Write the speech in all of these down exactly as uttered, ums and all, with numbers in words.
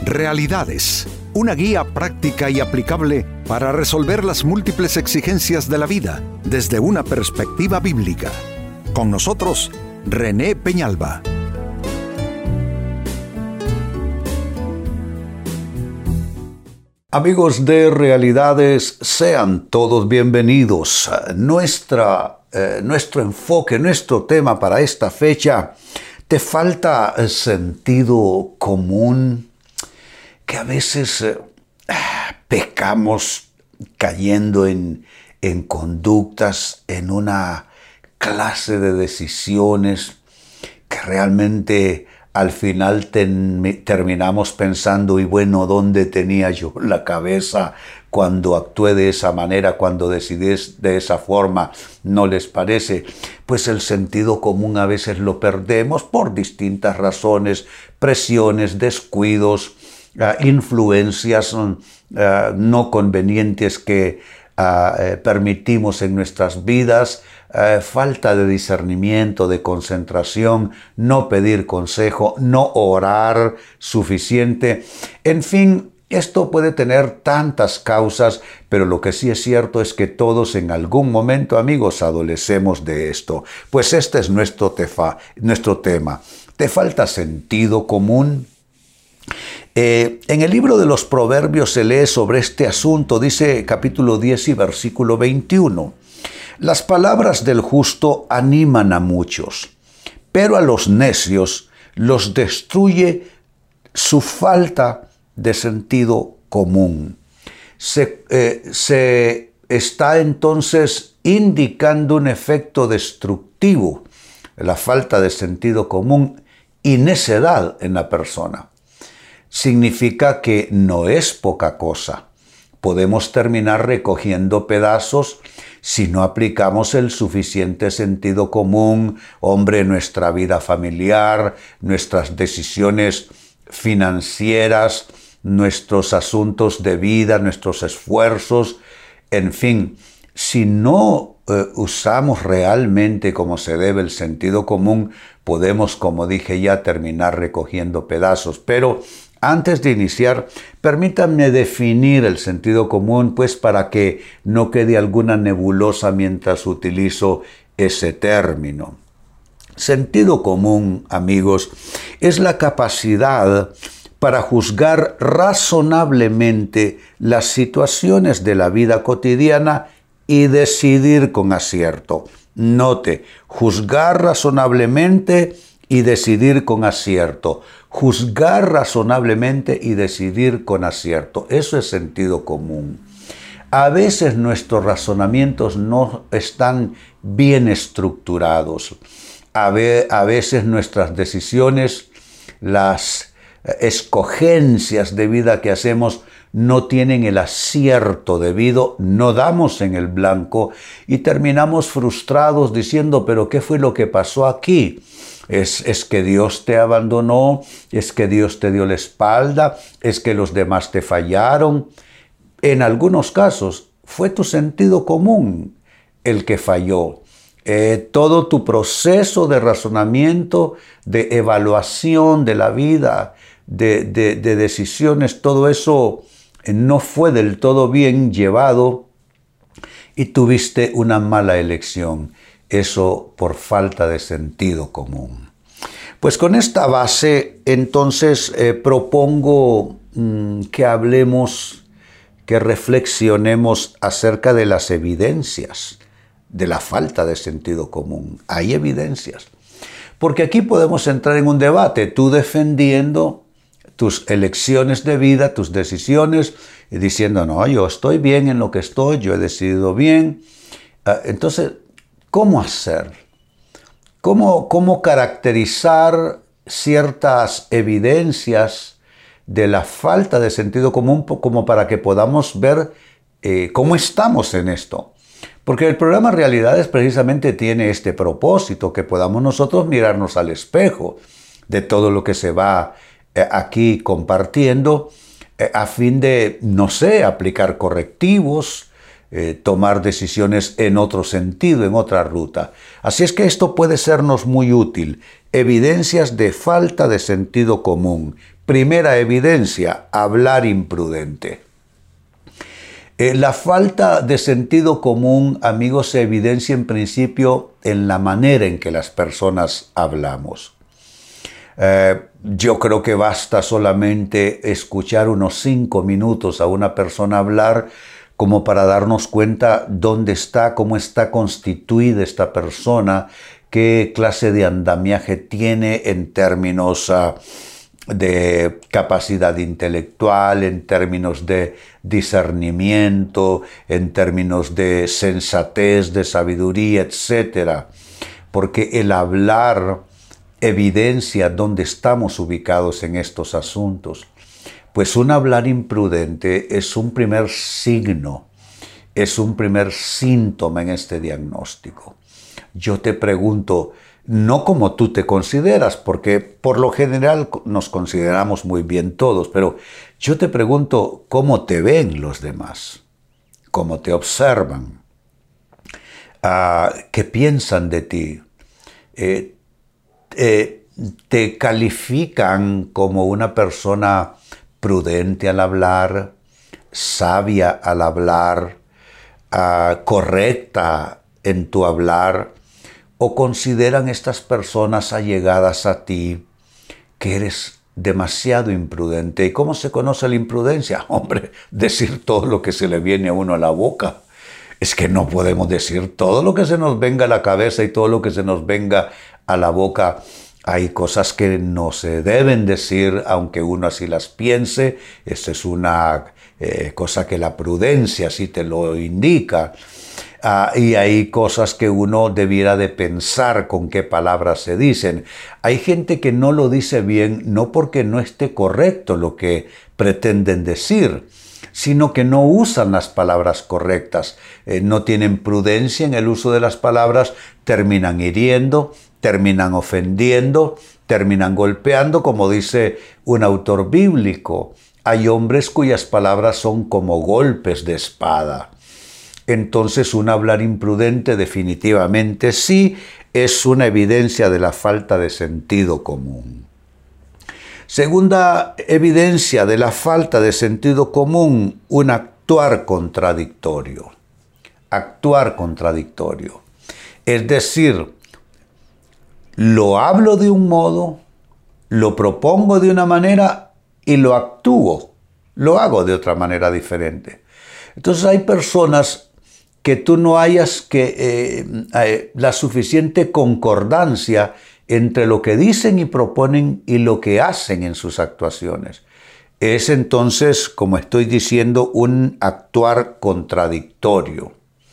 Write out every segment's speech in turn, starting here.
Realidades, una guía práctica y aplicable para resolver las múltiples exigencias de la vida desde una perspectiva bíblica. Con nosotros, René Peñalba. Amigos de Realidades, sean todos bienvenidos. Nuestra, eh, nuestro enfoque, nuestro tema para esta fecha, ¿te falta sentido común? Que a veces eh, pecamos cayendo en, en conductas, en una clase de decisiones que realmente al final ten, terminamos pensando, y bueno, ¿dónde tenía yo la cabeza cuando actué de esa manera, cuando decidí de esa forma? ¿No les parece? Pues el sentido común a veces lo perdemos por distintas razones, presiones, descuidos, Uh, influencias uh, no convenientes que uh, eh, permitimos en nuestras vidas, uh, falta de discernimiento, de concentración, no pedir consejo, no orar suficiente. En fin, esto puede tener tantas causas, pero lo que sí es cierto es que todos en algún momento, amigos, adolecemos de esto. Pues este es nuestro, tefa, nuestro tema. ¿Te falta sentido común? Eh, en el libro de los Proverbios se lee sobre este asunto, dice capítulo diez y versículo veintiuno. Las palabras del justo animan a muchos, pero a los necios los destruye su falta de sentido común. Se, eh, se está entonces indicando un efecto destructivo, la falta de sentido común y necedad en la persona. Significa que no es poca cosa. Podemos terminar recogiendo pedazos si no aplicamos el suficiente sentido común, hombre, nuestra vida familiar, nuestras decisiones financieras, nuestros asuntos de vida, nuestros esfuerzos, en fin, si no eh, usamos realmente como se debe el sentido común, podemos, como dije ya, terminar recogiendo pedazos. Pero antes de iniciar, permítanme definir el sentido común, pues para que no quede alguna nebulosa mientras utilizo ese término. Sentido común, amigos, es la capacidad para juzgar razonablemente las situaciones de la vida cotidiana y decidir con acierto. Note, juzgar razonablemente y decidir con acierto. Juzgar razonablemente y decidir con acierto. Eso es sentido común. A veces nuestros razonamientos no están bien estructurados. A, ve, a veces nuestras decisiones, las escogencias de vida que hacemos no tienen el acierto debido, no damos en el blanco y terminamos frustrados diciendo, ¿pero qué fue lo que pasó aquí? Es, es que Dios te abandonó, es que Dios te dio la espalda, es que los demás te fallaron. En algunos casos fue tu sentido común el que falló. Eh, todo tu proceso de razonamiento, de evaluación de la vida, de, de, de decisiones, todo eso no fue del todo bien llevado y tuviste una mala elección. Eso por falta de sentido común. Pues con esta base, entonces, eh, propongo mmm, que hablemos, que reflexionemos acerca de las evidencias de la falta de sentido común. Hay evidencias. Porque aquí podemos entrar en un debate, tú defendiendo tus elecciones de vida, tus decisiones, y diciendo, no, yo estoy bien en lo que estoy, yo he decidido bien. Uh, entonces, ¿cómo hacer? ¿Cómo, cómo caracterizar ciertas evidencias de la falta de sentido común como para que podamos ver eh, cómo estamos en esto? Porque el programa Realidades precisamente tiene este propósito, que podamos nosotros mirarnos al espejo de todo lo que se va eh, aquí compartiendo, eh, a fin de, no sé, aplicar correctivos, Eh, tomar decisiones en otro sentido, en otra ruta. Así es que esto puede sernos muy útil. Evidencias de falta de sentido común. Primera evidencia, hablar imprudente. Eh, la falta de sentido común, amigos, se evidencia en principio en la manera en que las personas hablamos. Eh, yo creo que basta solamente escuchar unos cinco minutos a una persona hablar como para darnos cuenta dónde está, cómo está constituida esta persona, qué clase de andamiaje tiene en términos uh, de capacidad intelectual, en términos de discernimiento, en términos de sensatez, de sabiduría, etcétera. Porque el hablar evidencia dónde estamos ubicados en estos asuntos. Pues un hablar imprudente es un primer signo, es un primer síntoma en este diagnóstico. Yo te pregunto, no como tú te consideras, porque por lo general nos consideramos muy bien todos, pero yo te pregunto, ¿cómo te ven los demás? ¿Cómo te observan? Uh, ¿Qué piensan de ti? Eh, eh, ¿Te califican como una persona prudente al hablar, sabia al hablar, uh, correcta en tu hablar? ¿O consideran estas personas allegadas a ti que eres demasiado imprudente? ¿Y cómo se conoce la imprudencia? Hombre, decir todo lo que se le viene a uno a la boca. Es que no podemos decir todo lo que se nos venga a la cabeza y todo lo que se nos venga a la boca. Hay cosas que no se deben decir, aunque uno así las piense. Esa es una eh, cosa que la prudencia sí te lo indica. Uh, y hay cosas que uno debiera de pensar con qué palabras se dicen. Hay gente que no lo dice bien, no porque no esté correcto lo que pretenden decir, sino que no usan las palabras correctas, eh, no tienen prudencia en el uso de las palabras, terminan hiriendo, terminan ofendiendo, terminan golpeando, como dice un autor bíblico. Hay hombres cuyas palabras son como golpes de espada. Entonces, un hablar imprudente definitivamente sí es una evidencia de la falta de sentido común. Segunda evidencia de la falta de sentido común, un actuar contradictorio. Actuar contradictorio. Es decir, lo hablo de un modo, lo propongo de una manera y lo actúo, lo hago de otra manera diferente. Entonces hay personas que tú no hayas que, eh, eh, la suficiente concordancia entre lo que dicen y proponen y lo que hacen en sus actuaciones. Es entonces, como estoy diciendo, un actuar contradictorio.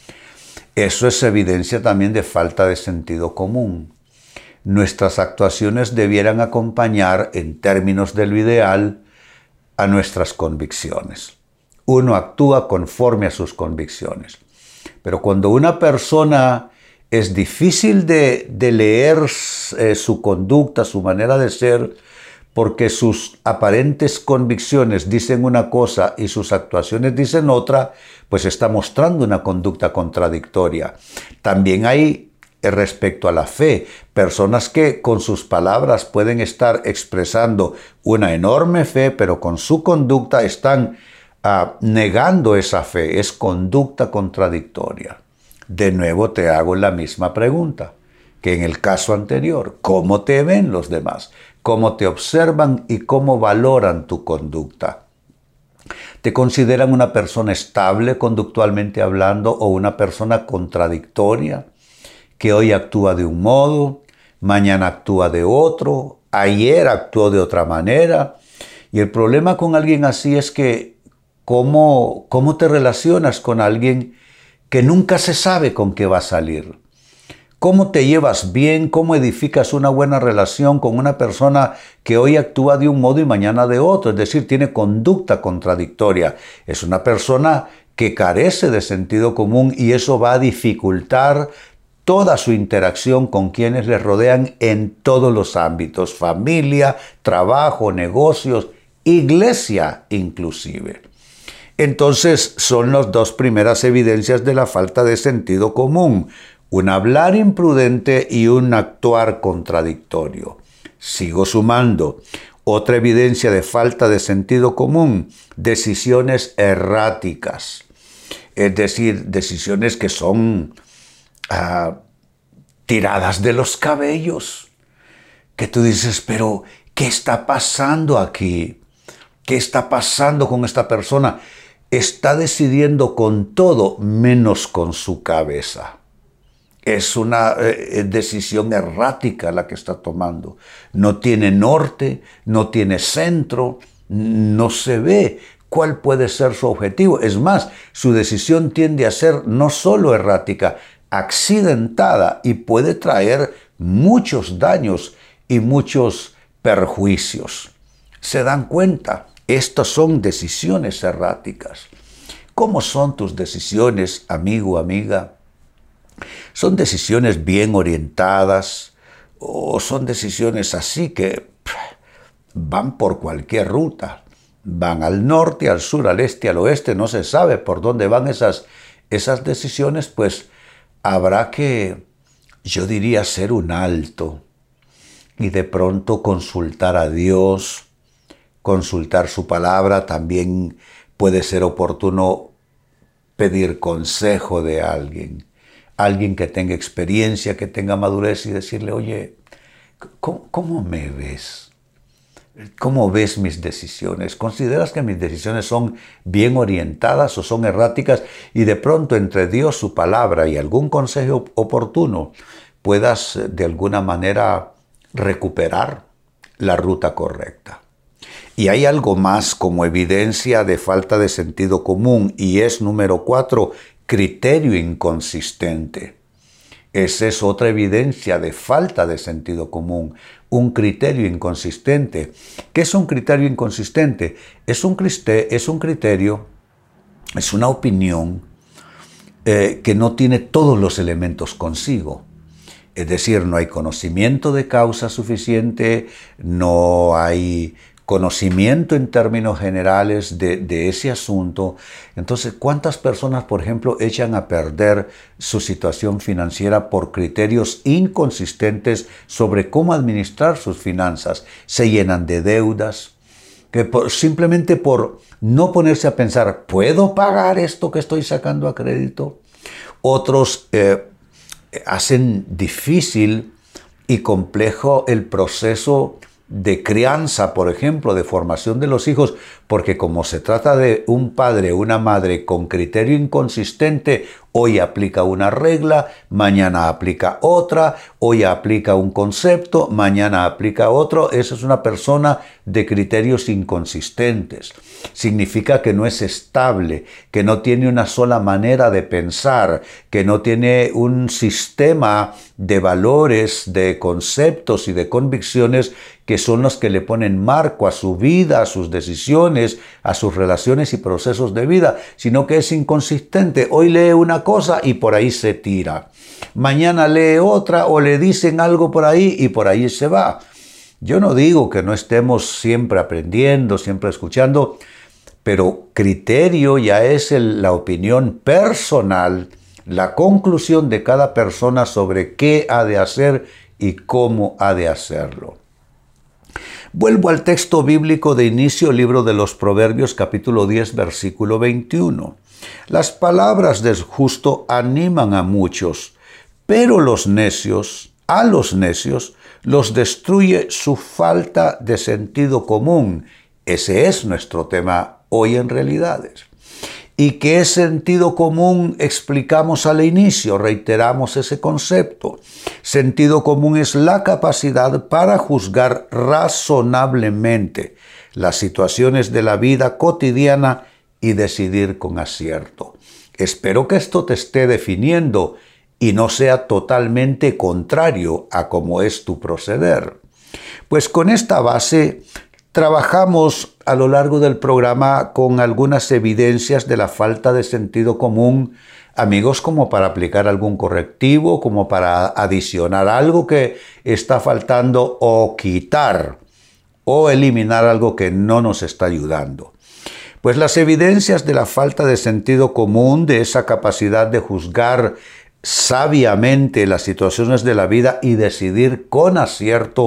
Eso es evidencia también de falta de sentido común. Nuestras actuaciones debieran acompañar, en términos de lo ideal, a nuestras convicciones. Uno actúa conforme a sus convicciones. Pero cuando una persona es difícil de, de leer eh, su conducta, su manera de ser, porque sus aparentes convicciones dicen una cosa y sus actuaciones dicen otra, pues está mostrando una conducta contradictoria. También hay, eh, respecto a la fe, personas que con sus palabras pueden estar expresando una enorme fe, pero con su conducta están Uh, negando esa fe. Es conducta contradictoria. De nuevo te hago la misma pregunta que en el caso anterior. ¿Cómo te ven los demás? ¿Cómo te observan y cómo valoran tu conducta? ¿Te consideran una persona estable conductualmente hablando o una persona contradictoria que hoy actúa de un modo, mañana actúa de otro, ayer actuó de otra manera? Y el problema con alguien así es que ¿Cómo, ¿Cómo te relacionas con alguien que nunca se sabe con qué va a salir? ¿Cómo te llevas bien? ¿Cómo edificas una buena relación con una persona que hoy actúa de un modo y mañana de otro? Es decir, tiene conducta contradictoria. Es una persona que carece de sentido común y eso va a dificultar toda su interacción con quienes le rodean en todos los ámbitos. Familia, trabajo, negocios, iglesia inclusive. Entonces son las dos primeras evidencias de la falta de sentido común, un hablar imprudente y un actuar contradictorio. Sigo sumando, Otra evidencia de falta de sentido común, decisiones erráticas. Es decir, decisiones que son uh, tiradas de los cabellos. Que tú dices, pero ¿qué está pasando aquí? ¿Qué está pasando con esta persona? Está decidiendo con todo menos con su cabeza. Es una eh, decisión errática la que está tomando. No tiene norte, no tiene centro, no se ve cuál puede ser su objetivo. Es más, su decisión tiende a ser no solo errática, accidentada y puede traer muchos daños y muchos perjuicios. ¿Se dan cuenta? Estas son decisiones erráticas. ¿Cómo son tus decisiones, amigo, amiga? ¿Son decisiones bien orientadas o son decisiones así que van por cualquier ruta? Van al norte, al sur, al este, al oeste, no se sabe por dónde van esas, esas decisiones, pues habrá que, yo diría, hacer un alto y de pronto consultar a Dios, consultar su palabra. También puede ser oportuno pedir consejo de alguien, alguien que tenga experiencia, que tenga madurez y decirle, oye, ¿cómo, cómo me ves? ¿Cómo ves mis decisiones? ¿Consideras que mis decisiones son bien orientadas o son erráticas? Y de pronto entre Dios, su palabra y algún consejo oportuno puedas de alguna manera recuperar la ruta correcta. Y hay algo más como evidencia de falta de sentido común y es número cuatro, criterio inconsistente. Esa es otra evidencia de falta de sentido común, un criterio inconsistente. ¿Qué es un criterio inconsistente? Es un, es un criterio, es una opinión eh, que no tiene todos los elementos consigo. Es decir, no hay conocimiento de causa suficiente, no hay conocimiento en términos generales de, de ese asunto. Entonces, ¿cuántas personas, por ejemplo, echan a perder su situación financiera por criterios inconsistentes sobre cómo administrar sus finanzas? Se llenan de deudas, que por, simplemente por no ponerse a pensar, ¿puedo pagar esto que estoy sacando a crédito? Otros eh, hacen difícil y complejo el proceso de crianza, por ejemplo, de formación de los hijos, porque como se trata de un padre o una madre con criterio inconsistente, hoy aplica una regla, mañana aplica otra, hoy aplica un concepto, mañana aplica otro. Esa es una persona de criterios inconsistentes. Significa que no es estable, que no tiene una sola manera de pensar, que no tiene un sistema de valores, de conceptos y de convicciones que son los que le ponen marco a su vida, a sus decisiones, a sus relaciones y procesos de vida, sino que es inconsistente. Hoy lee una cosa y por ahí se tira. Mañana lee otra o le dicen algo por ahí y por ahí se va. Yo no digo que no estemos siempre aprendiendo, siempre escuchando, pero criterio ya es el, la opinión personal, la conclusión de cada persona sobre qué ha de hacer y cómo ha de hacerlo. Vuelvo al texto bíblico de inicio, libro de los Proverbios, capítulo diez, versículo veintiuno. Las palabras del justo animan a muchos, pero los necios, a los necios, los destruye su falta de sentido común. Ese es nuestro tema hoy en Realidades. ¿Y qué sentido común explicamos al inicio? Reiteramos ese concepto. Sentido común es la capacidad para juzgar razonablemente las situaciones de la vida cotidiana y decidir con acierto. Espero que esto te esté definiendo y no sea totalmente contrario a cómo es tu proceder. Pues con esta base trabajamos a lo largo del programa con algunas evidencias de la falta de sentido común, amigos, como para aplicar algún correctivo, como para adicionar algo que está faltando o quitar o eliminar algo que no nos está ayudando. Pues las evidencias de la falta de sentido común, de esa capacidad de juzgar sabiamente las situaciones de la vida y decidir con acierto,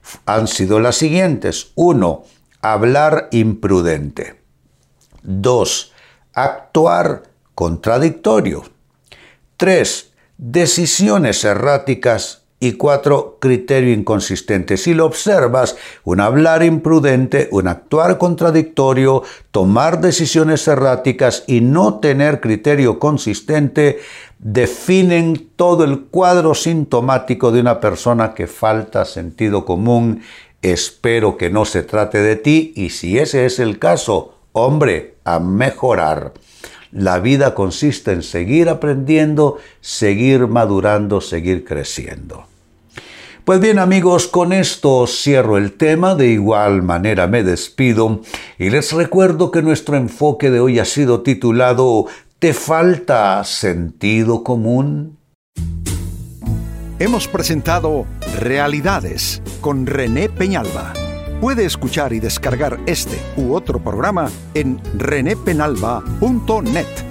han sido las siguientes. uno. Hablar imprudente. dos. Actuar contradictorio. tres. Decisiones erráticas. Y cuatro, criterio inconsistente. Si lo observas, un hablar imprudente, un actuar contradictorio, tomar decisiones erráticas y no tener criterio consistente, definen todo el cuadro sintomático de una persona que falta sentido común. Espero que no se trate de ti y si ese es el caso, hombre, a mejorar. La vida consiste en seguir aprendiendo, seguir madurando, seguir creciendo. Pues bien amigos, con esto cierro el tema, de igual manera me despido y les recuerdo que nuestro enfoque de hoy ha sido titulado ¿Te falta sentido común? Hemos presentado Realidades con René Peñalba. Puede escuchar y descargar este u otro programa en rené penalba punto net.